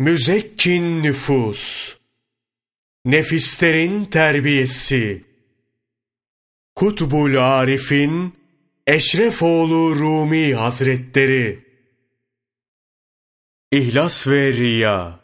Müzekkin nüfus, nefislerin terbiyesi, Kutbul Arif'in Eşrefoğlu Rumi Hazretleri. İhlas ve riya.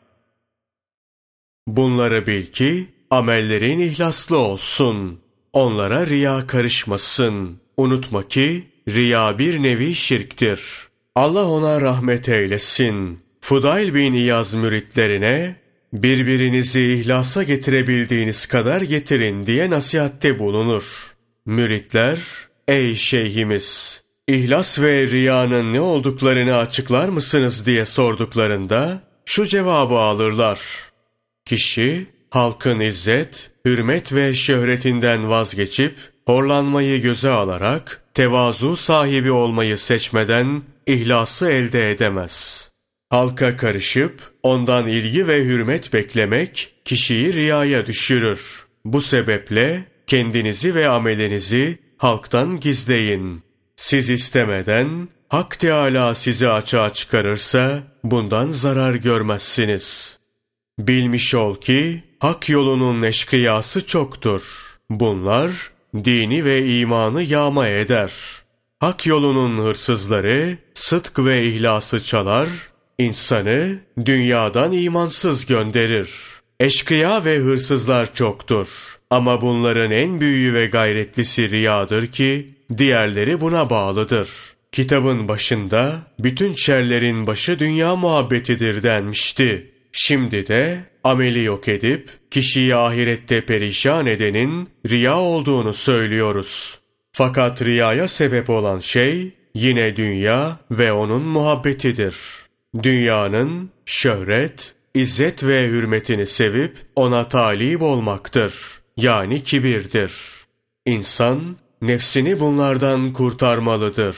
Bunları bil ki amellerin ihlaslı olsun. Onlara riya karışmasın. Unutma ki riya bir nevi şirktir. Allah ona rahmet eylesin. Fudayl bin İyaz müritlerine birbirinizi ihlasa getirebildiğiniz kadar getirin diye nasihatte bulunur. Müritler, ey şeyhimiz, İhlas ve riyanın ne olduklarını açıklar mısınız diye sorduklarında şu cevabı alırlar: Kişi halkın izzet, hürmet ve şöhretinden vazgeçip horlanmayı göze alarak tevazu sahibi olmayı seçmeden ihlası elde edemez. Halka karışıp ondan ilgi ve hürmet beklemek kişiyi riyaya düşürür. Bu sebeple kendinizi ve amelinizi halktan gizleyin. Siz istemeden Hak Teâlâ sizi açığa çıkarırsa bundan zarar görmezsiniz. Bilmiş ol ki hak yolunun eşkıyası çoktur. Bunlar dini ve imanı yağma eder. Hak yolunun hırsızları sıdk ve ihlası çalar, insanı dünyadan imansız gönderir. Eşkıya ve hırsızlar çoktur. Ama bunların en büyüğü ve gayretlisi riyadır ki diğerleri buna bağlıdır. Kitabın başında bütün şerlerin başı dünya muhabbetidir denmişti. Şimdi de ameli yok edip kişiyi ahirette perişan edenin riya olduğunu söylüyoruz. Fakat riyaya sebep olan şey yine dünya ve onun muhabbetidir. Dünyanın şöhret, izzet ve hürmetini sevip ona talip olmaktır. Yani kibirdir. İnsan nefsini bunlardan kurtarmalıdır.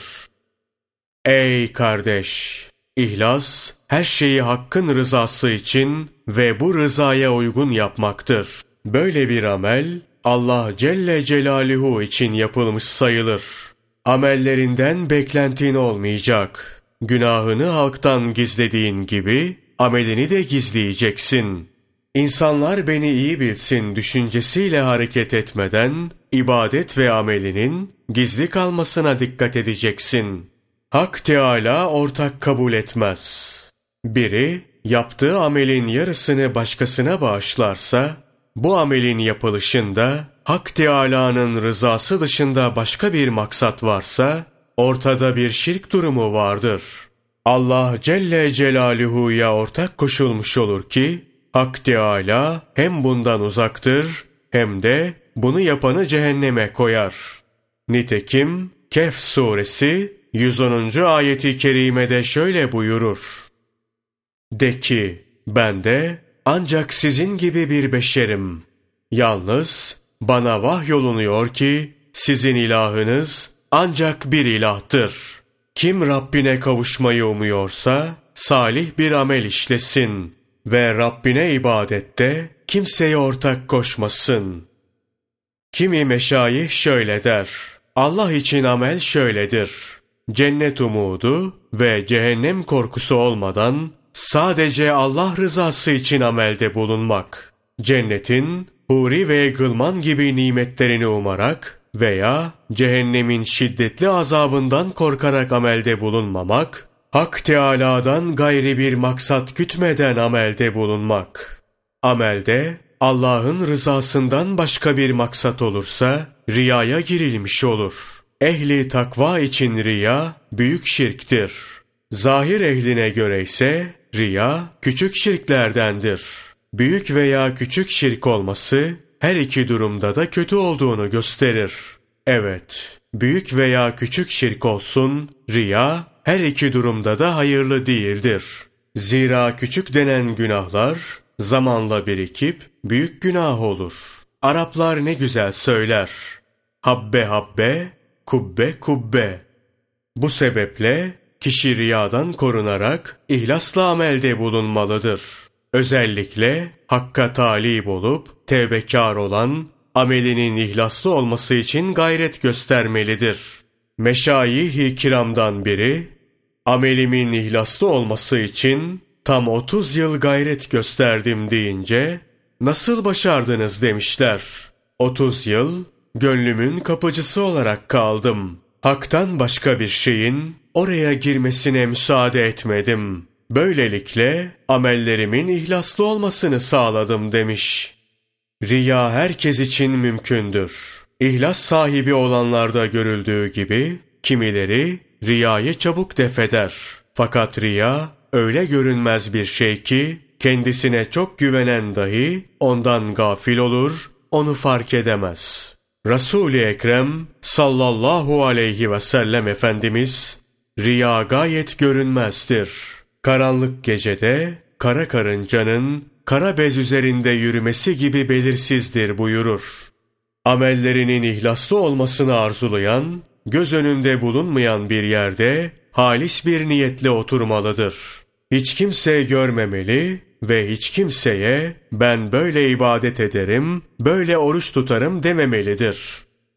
Ey kardeş! İhlas, her şeyi Hakk'ın rızası için ve bu rızaya uygun yapmaktır. Böyle bir amel, Allah Celle Celaluhu için yapılmış sayılır. Amellerinden beklentin olmayacak. Günahını halktan gizlediğin gibi, amelini de gizleyeceksin. İnsanlar beni iyi bilsin düşüncesiyle hareket etmeden, ibadet ve amelinin gizli kalmasına dikkat edeceksin. Hak Teâlâ ortak kabul etmez. Biri, yaptığı amelin yarısını başkasına bağışlarsa, bu amelin yapılışında Hak Teâlâ'nın rızası dışında başka bir maksat varsa, ortada bir şirk durumu vardır. Allah Celle Celaluhu'ya ortak koşulmuş olur ki, Hak Teâlâ hem bundan uzaktır, hem de bunu yapanı cehenneme koyar. Nitekim Kehf suresi 110. ayeti kerimede şöyle buyurur: De ki, ben de ancak sizin gibi bir beşerim. Yalnız bana vahyolunuyor ki sizin ilahınız ancak bir ilahtır. Kim Rabbine kavuşmayı umuyorsa salih bir amel işlesin ve Rabbine ibadette kimseye ortak koşmasın. Kimi meşayih şöyle der: Allah için amel şöyledir: cennet umudu ve cehennem korkusu olmadan sadece Allah rızası için amelde bulunmak. Cennetin huri ve gılman gibi nimetlerini umarak veya cehennemin şiddetli azabından korkarak amelde bulunmamak, Hak Teâlâ'dan gayri bir maksat gütmeden amelde bulunmak. Amelde Allah'ın rızasından başka bir maksat olursa riyaya girilmiş olur. Ehli takva için riya büyük şirktir. Zahir ehline göre ise riya küçük şirklerdendir. Büyük veya küçük şirk olması her iki durumda da kötü olduğunu gösterir. Evet, büyük veya küçük şirk olsun, riya her iki durumda da hayırlı değildir. Zira küçük denen günahlar zamanla birikip büyük günah olur. Araplar ne güzel söyler: habbe habbe, kubbe kubbe. Bu sebeple kişi riyadan korunarak ihlasla amelde bulunmalıdır. Özellikle Hakk'a talip olup tevbekar olan, amelinin ihlaslı olması için gayret göstermelidir. Meşayih-i kiramdan biri, amelimin ihlaslı olması için tam 30 yıl gayret gösterdim deyince, nasıl başardınız demişler. 30 yıl gönlümün kapıcısı olarak kaldım. Hak'tan başka bir şeyin oraya girmesine müsaade etmedim. Böylelikle amellerimin ihlaslı olmasını sağladım demiş. Riya herkes için mümkündür. İhlas sahibi olanlarda görüldüğü gibi kimileri riyayı çabuk defeder. Fakat riya öyle görünmez bir şey ki kendisine çok güvenen dahi ondan gafil olur, onu fark edemez. Resul-i Ekrem sallallahu aleyhi ve sellem Efendimiz, riya gayet görünmezdir. Karanlık gecede kara karıncanın kara bez üzerinde yürümesi gibi belirsizdir buyurur. Amellerinin ihlaslı olmasını arzulayan, göz önünde bulunmayan bir yerde halis bir niyetle oturmalıdır. Hiç kimse görmemeli ve hiç kimseye ben böyle ibadet ederim, böyle oruç tutarım dememelidir.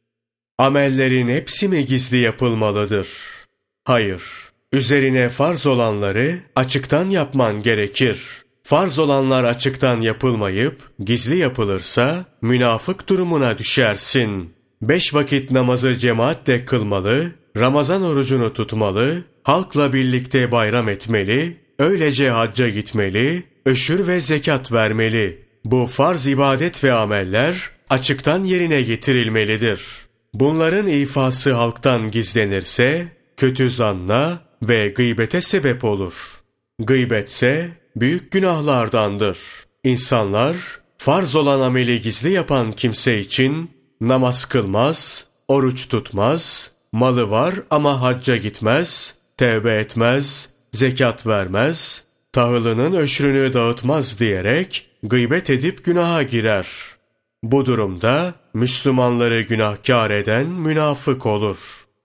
Amellerin hepsi mi gizli yapılmalıdır? Hayır. Üzerine farz olanları açıktan yapman gerekir. Farz olanlar açıktan yapılmayıp gizli yapılırsa münafık durumuna düşersin. 5 vakit namazı cemaatle kılmalı, Ramazan orucunu tutmalı, halkla birlikte bayram etmeli, öylece hacca gitmeli, öşür ve zekat vermeli. Bu farz ibadet ve ameller açıktan yerine getirilmelidir. Bunların ifası halktan gizlenirse kötü zanna ve gıybete sebep olur. Gıybetse büyük günahlardandır. İnsanlar farz olan ameli gizli yapan kimse için namaz kılmaz, oruç tutmaz, malı var ama hacca gitmez, tevbe etmez, zekat vermez, tahılının öşrünü dağıtmaz diyerek gıybet edip günaha girer. Bu durumda Müslümanları günahkar eden münafık olur.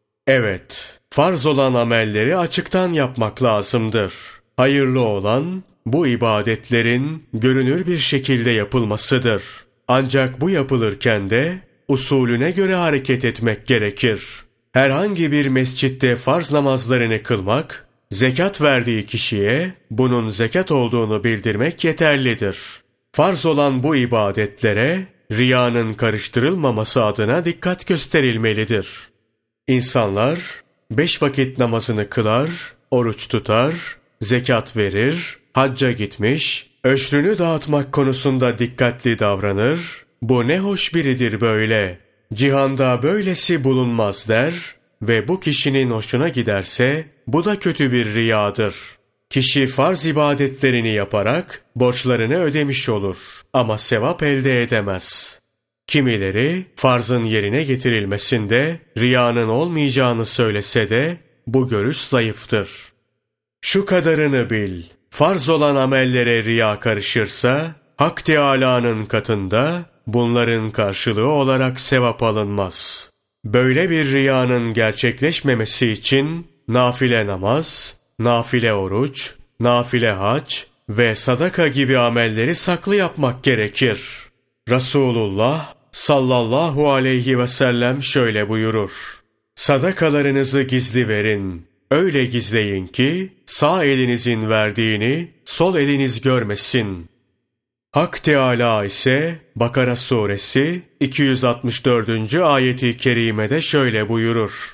Evet, farz olan amelleri açıktan yapmak lazımdır. Hayırlı olan bu ibadetlerin görünür bir şekilde yapılmasıdır. Ancak bu yapılırken de usulüne göre hareket etmek gerekir. Herhangi bir mescitte farz namazlarını kılmak, zekat verdiği kişiye bunun zekat olduğunu bildirmek yeterlidir. Farz olan bu ibadetlere riyanın karıştırılmaması adına dikkat gösterilmelidir. İnsanlar 5 vakit namazını kılar, oruç tutar, zekat verir, hacca gitmiş, öşrünü dağıtmak konusunda dikkatli davranır. Bu ne hoş biridir böyle. Cihanda böylesi bulunmaz der ve bu kişinin hoşuna giderse bu da kötü bir riyadır. Kişi farz ibadetlerini yaparak borçlarını ödemiş olur ama sevap elde edemez. Kimileri farzın yerine getirilmesinde riyanın olmayacağını söylese de bu görüş zayıftır. Şu kadarını bil, farz olan amellere riya karışırsa Hak Teâlâ'nın katında bunların karşılığı olarak sevap alınmaz. Böyle bir riyanın gerçekleşmemesi için nafile namaz, nafile oruç, nafile hac ve sadaka gibi amelleri saklı yapmak gerekir. Resulullah sallallahu aleyhi ve sellem şöyle buyurur: sadakalarınızı gizli verin. Öyle gizleyin ki sağ elinizin verdiğini sol eliniz görmesin. Hak Teâlâ ise Bakara suresi 264. ayeti kerimede şöyle buyurur: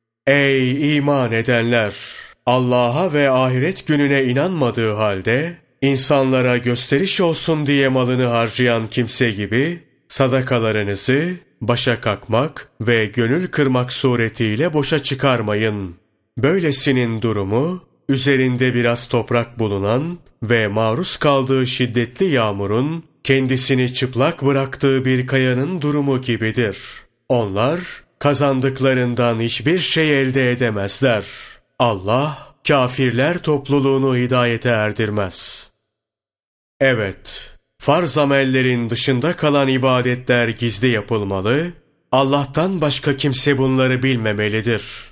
ey iman edenler! Allah'a ve ahiret gününe inanmadığı halde insanlara gösteriş olsun diye malını harcayan kimse gibi sadakalarınızı başa kakmak ve gönül kırmak suretiyle boşa çıkarmayın. Böylesinin durumu üzerinde biraz toprak bulunan ve maruz kaldığı şiddetli yağmurun kendisini çıplak bıraktığı bir kayanın durumu gibidir. Onlar kazandıklarından hiçbir şey elde edemezler. Allah kâfirler topluluğunu hidayete erdirmez. Evet, farz amellerin dışında kalan ibadetler gizli yapılmalı, Allah'tan başka kimse bunları bilmemelidir.